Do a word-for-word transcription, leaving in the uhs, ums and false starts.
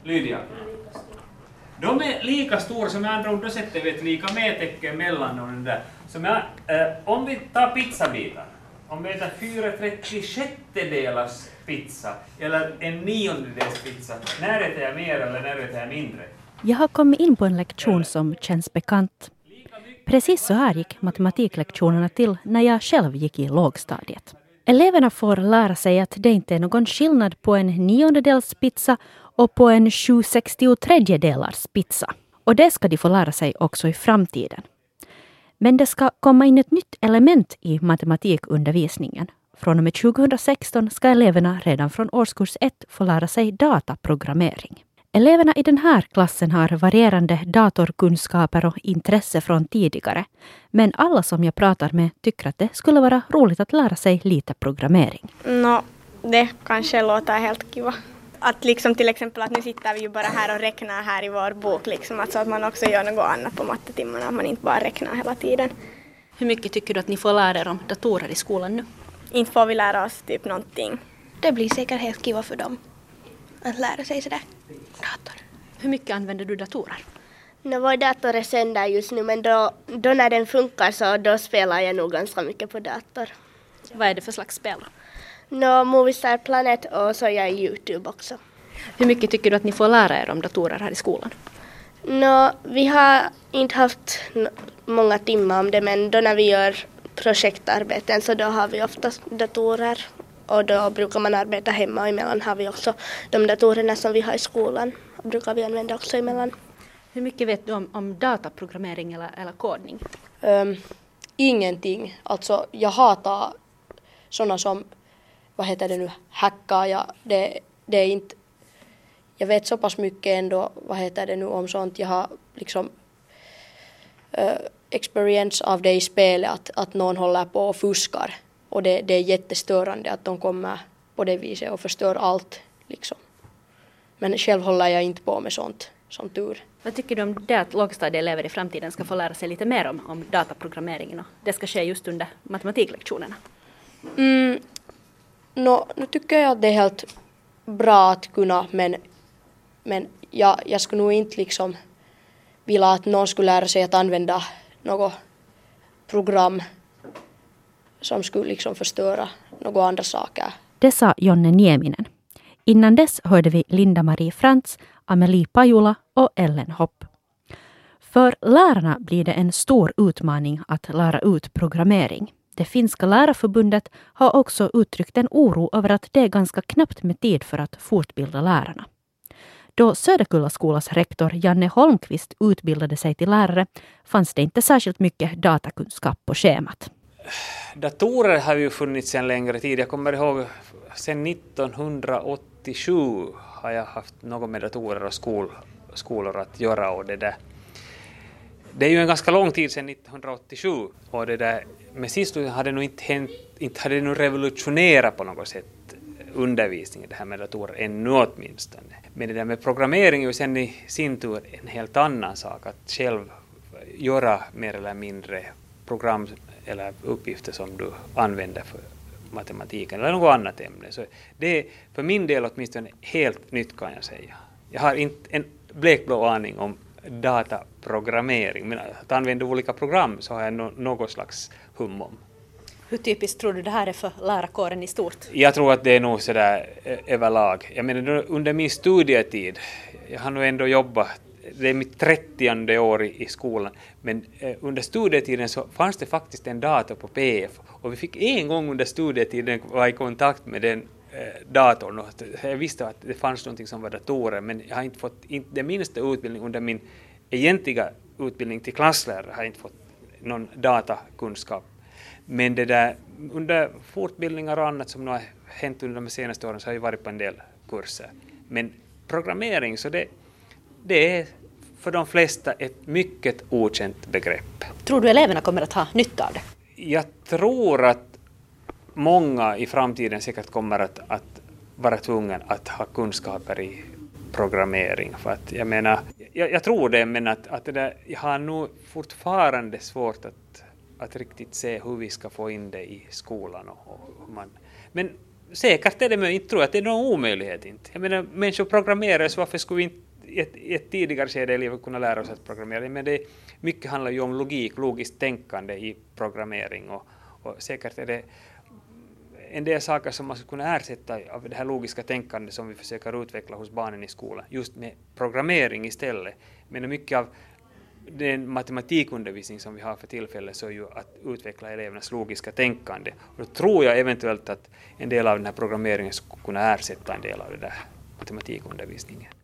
Lydia? De är lika stora som andra ord, då sätter vi ett lika medtecken mellan dem där. Som jag, eh, om vi tar pizzabitar, om vi tar fyra trettiosjättedelars pizza eller en niondels pizza, när äter jag mer eller när äter jag mindre? Jag har kommit in på en lektion som känns bekant. Precis så här gick matematiklektionerna till när jag själv gick i lågstadiet. Eleverna får lära sig att det inte är någon skillnad på en niondels pizza och på en sju sextiotre delars pizza. Och det ska de få lära sig också i framtiden. Men det ska komma in ett nytt element i matematikundervisningen. Från och med tjugohundrasexton ska eleverna redan från årskurs ett få lära sig dataprogrammering. Eleverna i den här klassen har varierande datorkunskaper och intresse från tidigare. Men alla som jag pratar med tycker att det skulle vara roligt att lära sig lite programmering. No, det kanske låter helt kiva. Att liksom till exempel att nu sitter vi ju bara här och räknar här i vår bok. Liksom, alltså att man också gör något annat på mattetimmarna. Att man inte bara räknar hela tiden. Hur mycket tycker du att ni får lära er om datorer i skolan nu? Inte får vi lära oss typ någonting. Det blir säkert helt kiva för dem att lära sig sådär dator. Hur mycket använder du datorer? No, vår dator är sönder just nu, men då, då när den funkar så då spelar jag nog ganska mycket på dator. Vad är det för slags spel? No, Movie Star Planet och så jag YouTube också. Hur mycket tycker du att ni får lära er om datorer här i skolan? No, vi har inte haft många timmar om det, men då när vi gör projektarbeten så då har vi ofta datorer. Och då brukar man arbeta hemma och emellan har vi också de datorerna som vi har i skolan. Och brukar vi använda också emellan. Hur mycket vet du om, om dataprogrammering eller, eller kodning? Um, ingenting. Alltså jag hatar sådana som, vad heter det nu, hackar. Jag, det, det är inte, jag vet så pass mycket ändå, vad heter det nu om sånt. Jag har liksom uh, experience av det i spelet att, att någon håller på och fuskar. Och det, det är jättestörande att de kommer på det viset och förstör allt. Liksom. Men själv håller jag inte på med sånt, som tur. Vad tycker du om det att lågstadieelever i framtiden ska få lära sig lite mer om, om dataprogrammeringen? Och det ska ske just under matematiklektionerna. Mm, no, nu tycker jag att det är helt bra att kunna, men, men jag, jag skulle nog inte liksom vilja att någon skulle lära sig att använda något program som skulle liksom förstöra några andra saker. Det sa Jonne Nieminen. Innan dess hörde vi Linda-Marie Frantz, Amelie Pajula och Ellen Hopp. För lärarna blir det en stor utmaning att lära ut programmering. Det finska lärarförbundet har också uttryckt en oro över att det är ganska knappt med tid för att fortbilda lärarna. Då Söderkullaskolas rektor Janne Holmqvist utbildade sig till lärare fanns det inte särskilt mycket datakunskap på schemat. Datorer har ju funnits sedan längre tid. Jag kommer ihåg sedan nittonhundraåttiosju har jag haft något med datorer och skol, skolor att göra. Och det, där. det är ju en ganska lång tid sedan nittonhundraåttiosju. Och det där, men sist hade det nog inte, hänt, inte hade det nog revolutionerat på något sätt undervisningen, det här med datorer, ännu åtminstone. Men det där med programmering är ju sen i sin tur en helt annan sak. Att själv göra mer eller mindre program eller uppgifter som du använder för matematiken eller något annat ämne. Så det är för min del åtminstone helt nytt, kan jag säga. Jag har inte en blekblå aning om dataprogrammering, men att använda olika program så har jag no- något slags hum om. Hur typiskt tror du det här är för lärarkåren i stort? Jag tror att det är nog sådär överlag. Jag menar, under min studietid, jag har nog ändå jobbat, det är mitt trettionde år i, i skolan, men eh, under studietiden så fanns det faktiskt en dator på P F och vi fick en gång under studietiden vara i kontakt med den eh, datorn och jag visste att det fanns någonting som var datorer, men jag har inte fått inte det minsta utbildning under min egentliga utbildning till klasslärare, har jag inte fått någon datakunskap. Men det där, under fortbildningar och annat som har hänt under de senaste åren så har jag varit på en del kurser. Men programmering, så det, det är för de flesta ett mycket okänt begrepp. Tror du eleverna kommer att ha nytta av det? Jag tror att många i framtiden säkert kommer att, att vara tvungna att ha kunskaper i programmering. För att jag menar, jag, jag tror det, men att, att det där, jag har nog fortfarande svårt att att riktigt se hur vi ska få in det i skolan. Och, och man. Men säkert är det, men inte tror jag att det är någon omöjlighet inte. Jag menar, människor programmerar, så varför skulle vi inte i ett, i ett tidigare skede i livet kunna lära oss att programmera? Men det mycket handlar ju om logik, logiskt tänkande i programmering, och, och säkert är det en del saker som man skulle kunna ersätta av det här logiska tänkandet som vi försöker utveckla hos barnen i skolan, just med programmering istället. Men mycket av den matematikundervisning som vi har för tillfället så är ju att utveckla elevernas logiska tänkande. Och då tror jag eventuellt att en del av den här programmeringen skulle kunna ersätta en del av den där matematikundervisningen.